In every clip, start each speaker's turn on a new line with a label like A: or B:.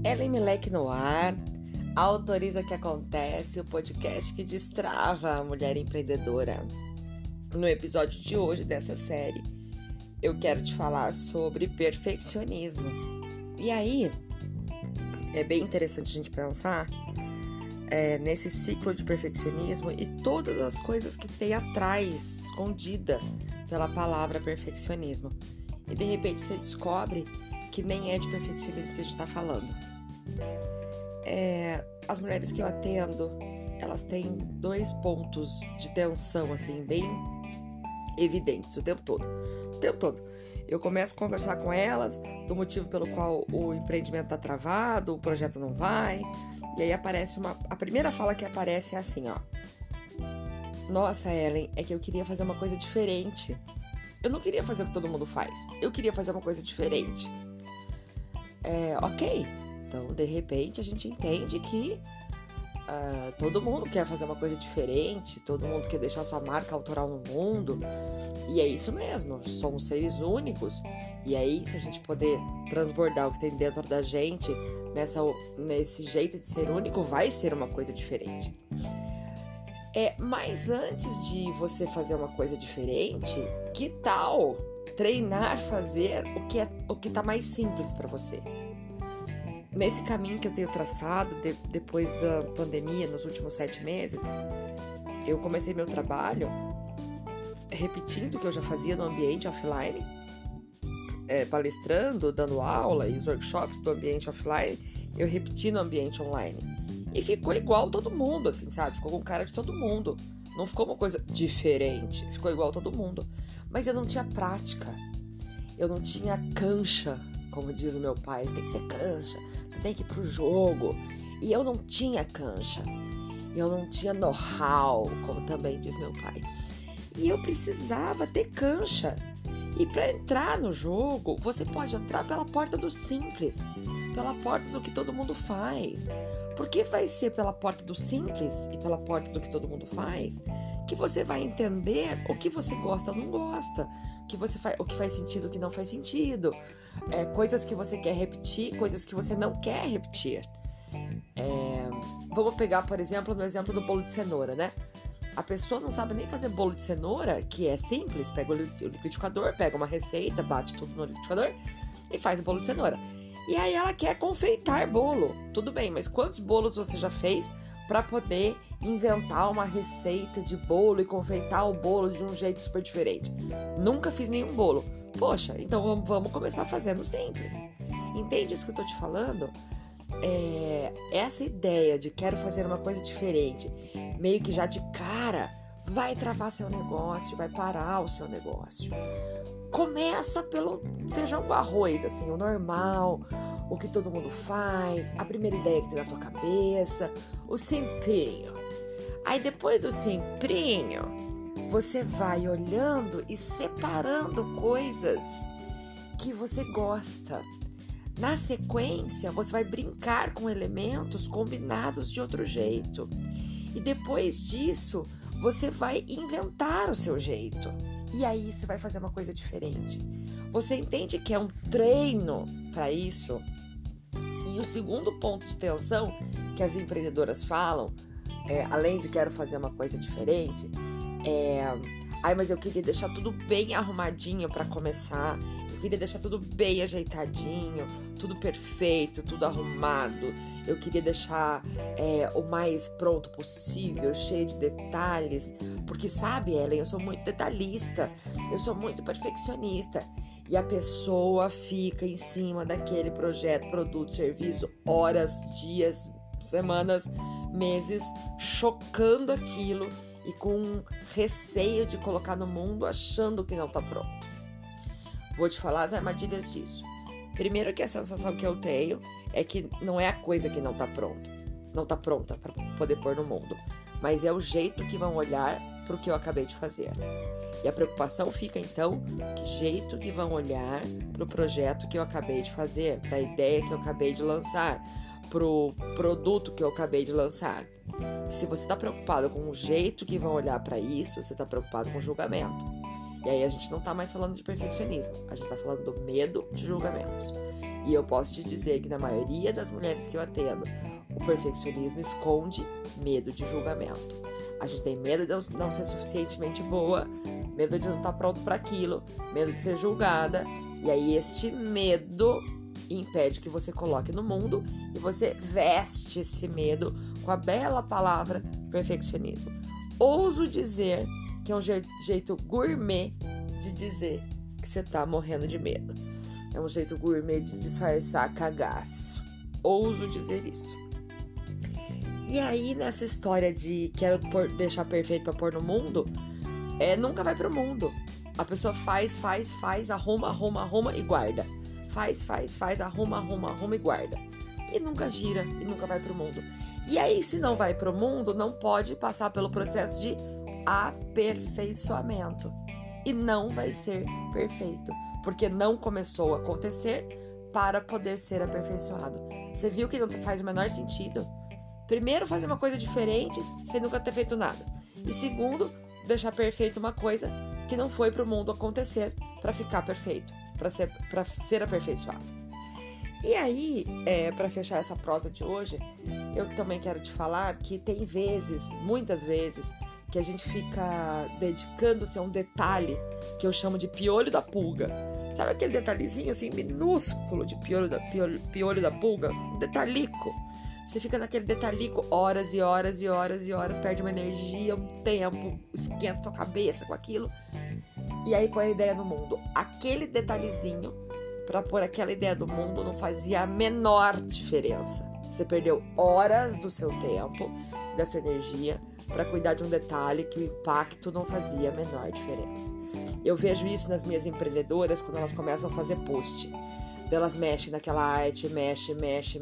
A: Ellen Meleque no ar, Autoriza que Acontece, o podcast que destrava a mulher empreendedora. No episódio de hoje dessa série, eu quero te falar sobre perfeccionismo. E aí, é bem interessante a gente pensar nesse ciclo de perfeccionismo e todas as coisas que tem atrás, escondida pela palavra perfeccionismo. E de repente você descobre que nem é de perfeccionismo que a gente está falando. As mulheres que eu atendo, elas têm dois pontos de tensão, assim, bem evidentes o tempo todo. Eu começo a conversar com elas do motivo pelo qual o empreendimento está travado, o projeto não vai, e aí aparece a primeira fala que aparece é assim, ó. Nossa, Ellen, é que eu queria fazer uma coisa diferente. Eu não queria fazer o que todo mundo faz. Eu queria fazer uma coisa diferente. Ok. Então, de repente, a gente entende que todo mundo quer fazer uma coisa diferente, todo mundo quer deixar sua marca autoral no mundo. E é isso mesmo, somos seres únicos. E aí, se a gente poder transbordar o que tem dentro da gente nesse jeito de ser único, vai ser uma coisa diferente. Mas antes de você fazer uma coisa diferente, que tal treinar fazer o que tá mais simples para você? Nesse caminho que eu tenho traçado depois da pandemia, nos últimos 7 meses, eu comecei meu trabalho repetindo o que eu já fazia no ambiente offline, palestrando, dando aula e os workshops do ambiente offline, eu repeti no ambiente online. E ficou igual todo mundo, assim, sabe? Ficou com cara de todo mundo. Não ficou uma coisa diferente, ficou igual todo mundo. Mas eu não tinha prática, eu não tinha cancha, como diz o meu pai, tem que ter cancha, você tem que ir pro jogo. E eu não tinha cancha, eu não tinha know-how, como também diz meu pai. E eu precisava ter cancha. E para entrar no jogo, você pode entrar pela porta do simples, pela porta do que todo mundo faz. Porque vai ser pela porta do simples e pela porta do que todo mundo faz que você vai entender o que você gosta ou não gosta, o que faz sentido, o que não faz sentido, coisas que você quer repetir, coisas que você não quer repetir. Vamos pegar, por exemplo, no exemplo do bolo de cenoura, né? A pessoa não sabe nem fazer bolo de cenoura, que é simples, pega o liquidificador, pega uma receita, bate tudo no liquidificador e faz o bolo de cenoura. E aí ela quer confeitar bolo. Tudo bem, mas quantos bolos você já fez para poder inventar uma receita de bolo e confeitar o bolo de um jeito super diferente? Nunca fiz nenhum bolo. Poxa, então vamos começar fazendo simples. Entende isso que eu tô te falando? Essa ideia de quero fazer uma coisa diferente, meio que já de cara, vai travar seu negócio, vai parar o seu negócio. Começa pelo feijão com arroz, assim, o normal, o que todo mundo faz, a primeira ideia que tem na tua cabeça, o simplinho. Aí depois do simplinho, você vai olhando e separando coisas que você gosta. Na sequência, você vai brincar com elementos combinados de outro jeito. E depois disso, você vai inventar o seu jeito. E aí você vai fazer uma coisa diferente. Você entende que é um treino para isso? E o segundo ponto de tensão que as empreendedoras falam, além de quero fazer uma coisa diferente, mas eu queria deixar tudo bem arrumadinho para começar. Eu queria deixar tudo bem ajeitadinho, tudo perfeito, tudo arrumado. Eu queria deixar o mais pronto possível, cheio de detalhes. Porque sabe, Ellen, eu sou muito detalhista, eu sou muito perfeccionista. E a pessoa fica em cima daquele projeto, produto, serviço, horas, dias, semanas, meses, chocando aquilo e com receio de colocar no mundo achando que não tá pronto. Vou te falar as armadilhas disso. Primeiro que a sensação que eu tenho é que não é a coisa que não tá pronta para poder pôr no mundo, mas é o jeito que vão olhar para o que eu acabei de fazer. E a preocupação fica então, que jeito que vão olhar para o projeto que eu acabei de fazer, para a ideia que eu acabei de lançar, para o produto que eu acabei de lançar. Se você está preocupado com o jeito que vão olhar para isso, você está preocupado com o julgamento. E aí a gente não tá mais falando de perfeccionismo, a gente tá falando do medo de julgamentos. E eu posso te dizer que na maioria das mulheres que eu atendo, o perfeccionismo esconde medo de julgamento. A gente tem medo de não ser suficientemente boa, medo de não estar pronto para aquilo, medo de ser julgada. E aí este medo impede que você coloque no mundo e você veste esse medo com a bela palavra perfeccionismo. Ouso dizer que é um jeito gourmet de dizer que você tá morrendo de medo. É um jeito gourmet de disfarçar cagaço. Ouso dizer isso. E aí, nessa história de quero deixar perfeito pra pôr no mundo, nunca vai pro mundo. A pessoa faz, arruma e guarda. Faz, arruma e guarda. E nunca gira, e nunca vai pro mundo. E aí, se não vai pro mundo, não pode passar pelo processo de aperfeiçoamento. E não vai ser perfeito, porque não começou a acontecer para poder ser aperfeiçoado. Você viu que não faz o menor sentido? Primeiro, fazer uma coisa diferente sem nunca ter feito nada. E segundo, deixar perfeito uma coisa que não foi para o mundo acontecer para ficar perfeito, para ser aperfeiçoado. E aí, para fechar essa prosa de hoje, eu também quero te falar que tem muitas vezes, que a gente fica dedicando-se a um detalhe que eu chamo de piolho da pulga. Sabe aquele detalhezinho assim, minúsculo de piolho da pulga? Um detalhico. Você fica naquele detalhico horas e horas e horas e horas, perde uma energia, um tempo, esquenta tua cabeça com aquilo. E aí põe a ideia no mundo. Aquele detalhezinho, pra pôr aquela ideia do mundo, não fazia a menor diferença. Você perdeu horas do seu tempo, da sua energia, para cuidar de um detalhe que o impacto não fazia a menor diferença. Eu vejo isso nas minhas empreendedoras quando elas começam a fazer post. Elas mexem naquela arte, mexe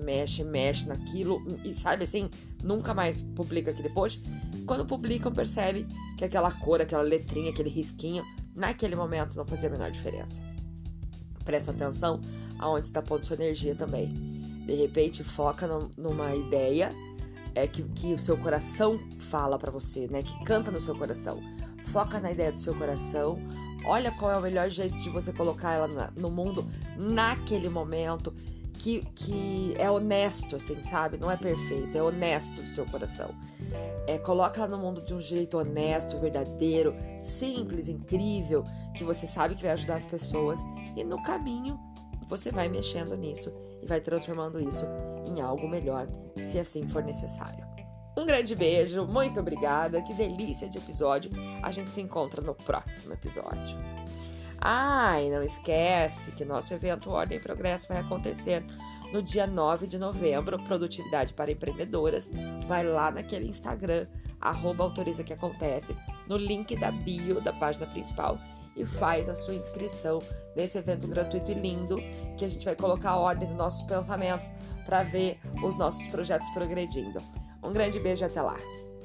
A: naquilo e sabe assim, nunca mais publica aquele post. Quando publicam, percebe que aquela cor, aquela letrinha, aquele risquinho, naquele momento não fazia a menor diferença. Presta atenção aonde está pondo sua energia também. De repente, foca numa ideia que o seu coração fala pra você, né? Que canta no seu coração. Foca na ideia do seu coração. Olha qual é o melhor jeito de você colocar ela no mundo naquele momento que é honesto, assim, sabe? Não é perfeito, é honesto do seu coração. Coloca ela no mundo de um jeito honesto, verdadeiro, simples, incrível, que você sabe que vai ajudar as pessoas. E no caminho, você vai mexendo nisso e vai transformando isso em algo melhor, se assim for necessário. Um grande beijo, muito obrigada, que delícia de episódio. A gente se encontra no próximo episódio. E não esquece que nosso evento Ordem e Progresso vai acontecer no dia 9 de novembro, Produtividade para Empreendedoras. Vai lá naquele Instagram, @autoriza que acontece, no link da bio da página principal e faz a sua inscrição nesse evento gratuito e lindo, que a gente vai colocar ordem nos nossos pensamentos para ver os nossos projetos progredindo. Um grande beijo e até lá!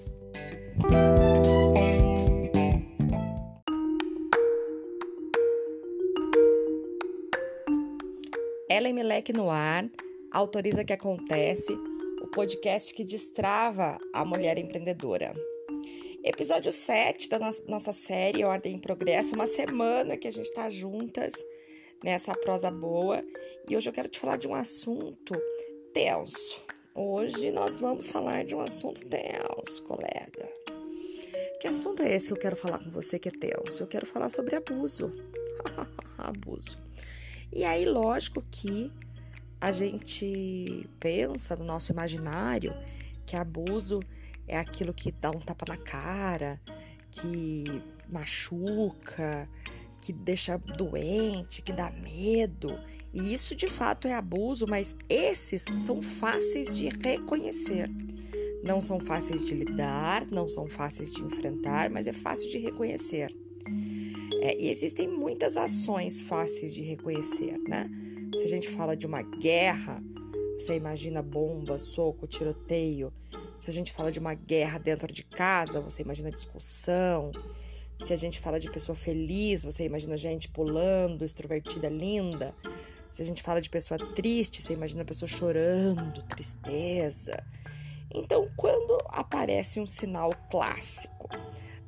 A: Ellen Meleque no ar, Autoriza que Acontece, o podcast que destrava a mulher empreendedora. Episódio 7 da nossa série Ordem e Progresso, uma semana que a gente está juntas nessa prosa boa. E hoje eu quero te falar de um assunto tenso. Hoje nós vamos falar de um assunto tenso, colega. Que assunto é esse que eu quero falar com você que é tenso? Eu quero falar sobre abuso. Abuso. E aí, lógico que a gente pensa no nosso imaginário que abuso é aquilo que dá um tapa na cara, que machuca, que deixa doente, que dá medo. E isso de fato é abuso, mas esses são fáceis de reconhecer. Não são fáceis de lidar, não são fáceis de enfrentar, mas é fácil de reconhecer. E existem muitas ações fáceis de reconhecer, né? Se a gente fala de uma guerra, você imagina bomba, soco, tiroteio. Se a gente fala de uma guerra dentro de casa, você imagina discussão. Se a gente fala de pessoa feliz, você imagina gente pulando, extrovertida, linda. Se a gente fala de pessoa triste, você imagina a pessoa chorando, tristeza. Então, quando aparece um sinal clássico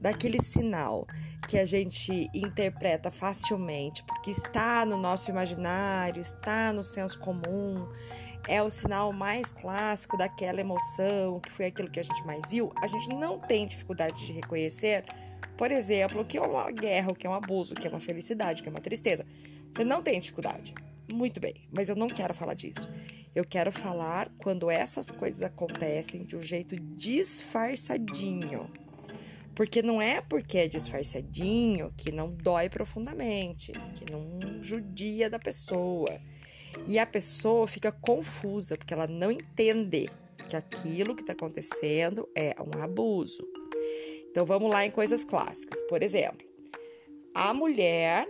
A: daquele sinal que a gente interpreta facilmente, porque está no nosso imaginário, está no senso comum, é o sinal mais clássico daquela emoção, que foi aquilo que a gente mais viu, a gente não tem dificuldade de reconhecer, por exemplo, o que é uma guerra, o que é um abuso, o que é uma felicidade, o que é uma tristeza. Você não tem dificuldade. Muito bem, mas eu não quero falar disso. Eu quero falar quando essas coisas acontecem de um jeito disfarçadinho. Porque não é porque é disfarçadinho que não dói profundamente, que não judia da pessoa. E a pessoa fica confusa, porque ela não entende que aquilo que está acontecendo é um abuso. Então vamos lá em coisas clássicas. Por exemplo, a mulher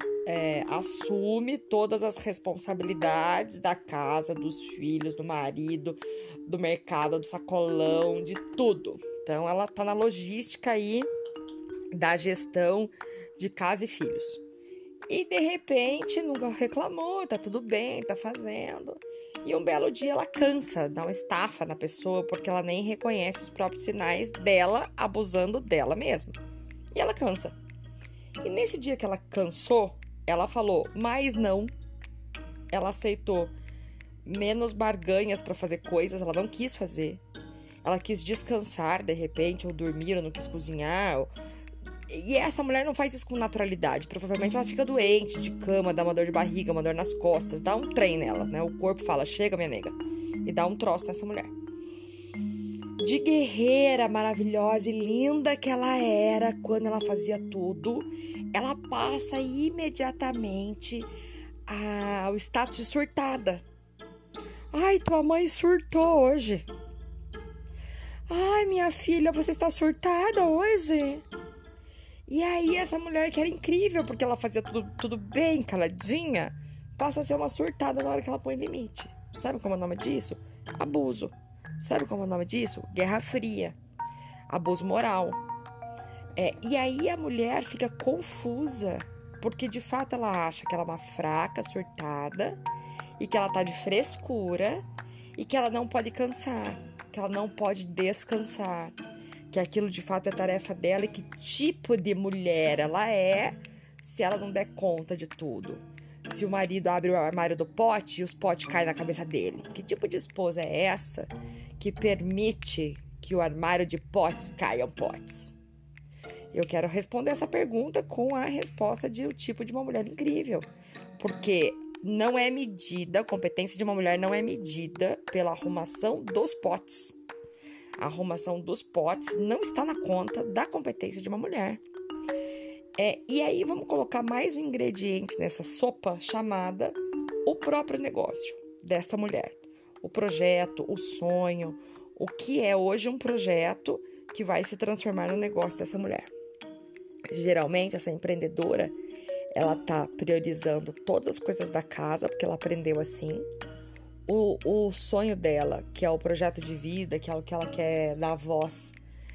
A: assume todas as responsabilidades da casa, dos filhos, do marido, do mercado, do sacolão, de tudo. Então, ela tá na logística aí da gestão de casa e filhos. E, de repente, nunca reclamou, tá tudo bem, tá fazendo. E um belo dia ela cansa, dá uma estafa na pessoa, porque ela nem reconhece os próprios sinais dela abusando dela mesma. E ela cansa. E nesse dia que ela cansou, ela falou, mas não. Ela aceitou menos barganhas para fazer coisas, ela não quis fazer. Ela quis descansar, de repente, ou dormir, ou não quis cozinhar. E essa mulher não faz isso com naturalidade. Provavelmente ela fica doente, de cama, dá uma dor de barriga, uma dor nas costas, dá um trem nela, né? O corpo fala, chega, minha nega. E dá um troço nessa mulher. De guerreira maravilhosa e linda que ela era quando ela fazia tudo, ela passa imediatamente ao status de surtada. Ai, tua mãe surtou hoje. Ai, minha filha, você está surtada hoje? E aí essa mulher que era incrível, porque ela fazia tudo bem, caladinha, passa a ser uma surtada na hora que ela põe limite. Sabe como é o nome disso? Abuso. Sabe como é o nome disso? Guerra Fria. Abuso moral. E aí a mulher fica confusa, porque de fato ela acha que ela é uma fraca, surtada, e que ela tá de frescura, e que ela não pode cansar, que ela não pode descansar, que aquilo de fato é tarefa dela e que tipo de mulher ela é se ela não der conta de tudo. Se o marido abre o armário do pote e os potes caem na cabeça dele. Que tipo de esposa é essa que permite que o armário de potes caiam potes? Eu quero responder essa pergunta com a resposta de o tipo de uma mulher incrível. Porque não é medida, a competência de uma mulher não é medida pela arrumação dos potes. A arrumação dos potes não está na conta da competência de uma mulher. E aí vamos colocar mais um ingrediente nessa sopa chamada o próprio negócio desta mulher. O projeto, o sonho, o que é hoje um projeto que vai se transformar no negócio dessa mulher. Geralmente essa empreendedora, ela tá priorizando todas as coisas da casa, porque ela aprendeu assim. O sonho dela, que é o projeto de vida, que é o que ela quer dar voz,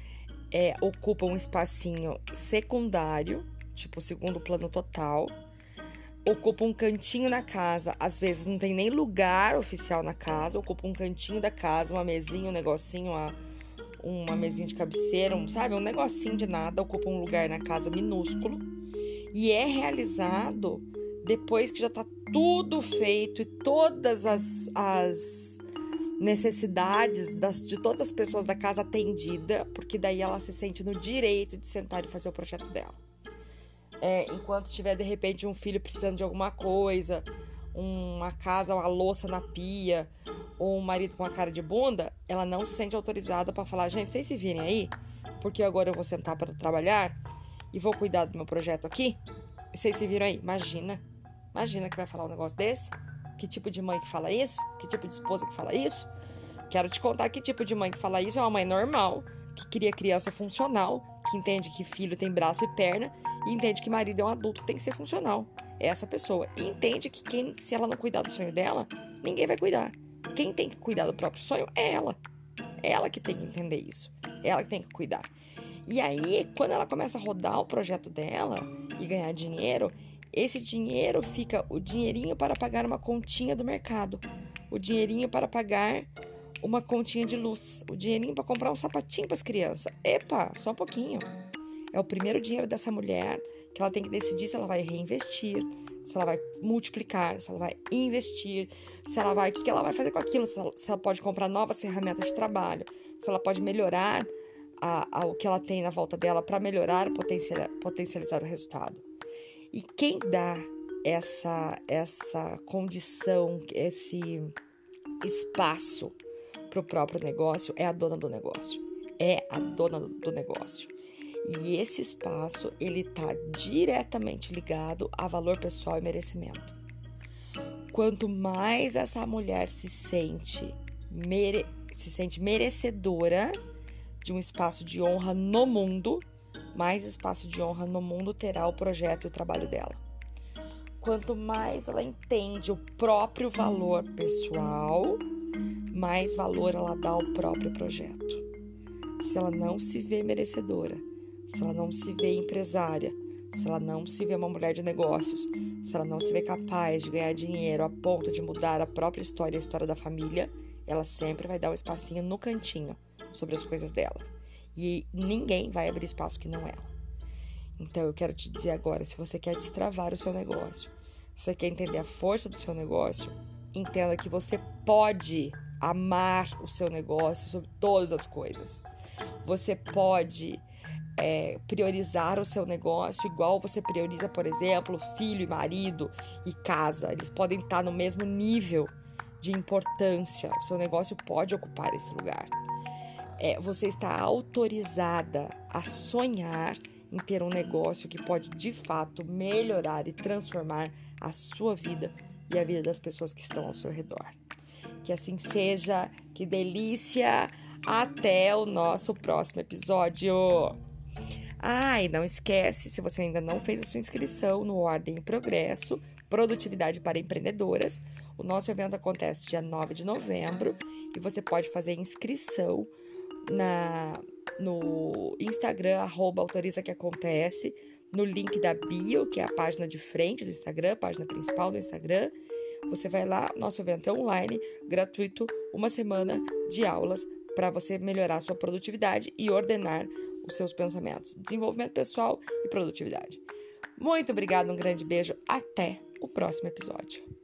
A: ocupa um espacinho secundário, tipo segundo plano total, ocupa um cantinho na casa, às vezes não tem nem lugar oficial na casa, ocupa um cantinho da casa, uma mesinha, um negocinho, uma mesinha de cabeceira, um negocinho de nada, ocupa um lugar na casa minúsculo e é realizado depois que já tá tudo feito e todas as necessidades de todas as pessoas da casa atendida, porque daí ela se sente no direito de sentar e fazer o projeto dela. Enquanto tiver, de repente, um filho precisando de alguma coisa, uma casa, uma louça na pia, ou um marido com uma cara de bunda, ela não se sente autorizada para falar, gente, vocês se virem aí, porque agora eu vou sentar para trabalhar e vou cuidar do meu projeto aqui. Vocês se viram aí? Imagina que vai falar um negócio desse? Que tipo de mãe que fala isso? Que tipo de esposa que fala isso? Quero te contar que tipo de mãe que fala isso é uma mãe normal, que cria criança funcional, que entende que filho tem braço e perna, e entende que marido é um adulto que tem que ser funcional. É essa pessoa. E entende que se ela não cuidar do sonho dela, ninguém vai cuidar. Quem tem que cuidar do próprio sonho é ela. É ela que tem que entender isso. É ela que tem que cuidar. E aí, quando ela começa a rodar o projeto dela e ganhar dinheiro, esse dinheiro fica o dinheirinho para pagar uma continha do mercado, o dinheirinho para pagar uma continha de luz, o dinheirinho para comprar um sapatinho para as crianças. Epa, só um pouquinho. É o primeiro dinheiro dessa mulher que ela tem que decidir se ela vai reinvestir, se ela vai multiplicar, se ela vai investir, se ela vai, o que ela vai fazer com aquilo, se ela pode comprar novas ferramentas de trabalho, se ela pode melhorar o que ela tem na volta dela para melhorar, potencializar o resultado. E quem dá essa condição, esse espaço para o próprio negócio é a dona do negócio. É a dona do negócio. E esse espaço, ele está diretamente ligado a valor pessoal e merecimento. Quanto mais essa mulher se sente merecedora de um espaço de honra no mundo, mais espaço de honra no mundo terá o projeto e o trabalho dela. Quanto mais ela entende o próprio valor pessoal, mais valor ela dá ao próprio projeto. Se ela não se vê merecedora, se ela não se vê empresária, se ela não se vê uma mulher de negócios, se ela não se vê capaz de ganhar dinheiro a ponto de mudar a própria história e a história da família, ela sempre vai dar um espacinho no cantinho sobre as coisas dela. E ninguém vai abrir espaço que não ela. Então eu quero te dizer agora, se você quer destravar o seu negócio, se você quer entender a força do seu negócio, entenda que você pode amar o seu negócio sobre todas as coisas. Você pode priorizar o seu negócio igual você prioriza, por exemplo, filho e marido e casa. Eles podem estar no mesmo nível de importância. O seu negócio pode ocupar esse lugar. Você está autorizada a sonhar em ter um negócio que pode, de fato, melhorar e transformar a sua vida e a vida das pessoas que estão ao seu redor. Que assim seja. Que delícia! Até o nosso próximo episódio! E não esquece, se você ainda não fez a sua inscrição no Ordem e Progresso, Produtividade para Empreendedoras, o nosso evento acontece dia 9 de novembro e você pode fazer inscrição no Instagram, @autorizaqueacontece, no link da bio, que é a página de frente do Instagram, a página principal do Instagram. Você vai lá, nosso evento é online, gratuito, 1 semana de aulas para você melhorar a sua produtividade e ordenar os seus pensamentos. Desenvolvimento pessoal e produtividade. Muito obrigada, um grande beijo, até o próximo episódio.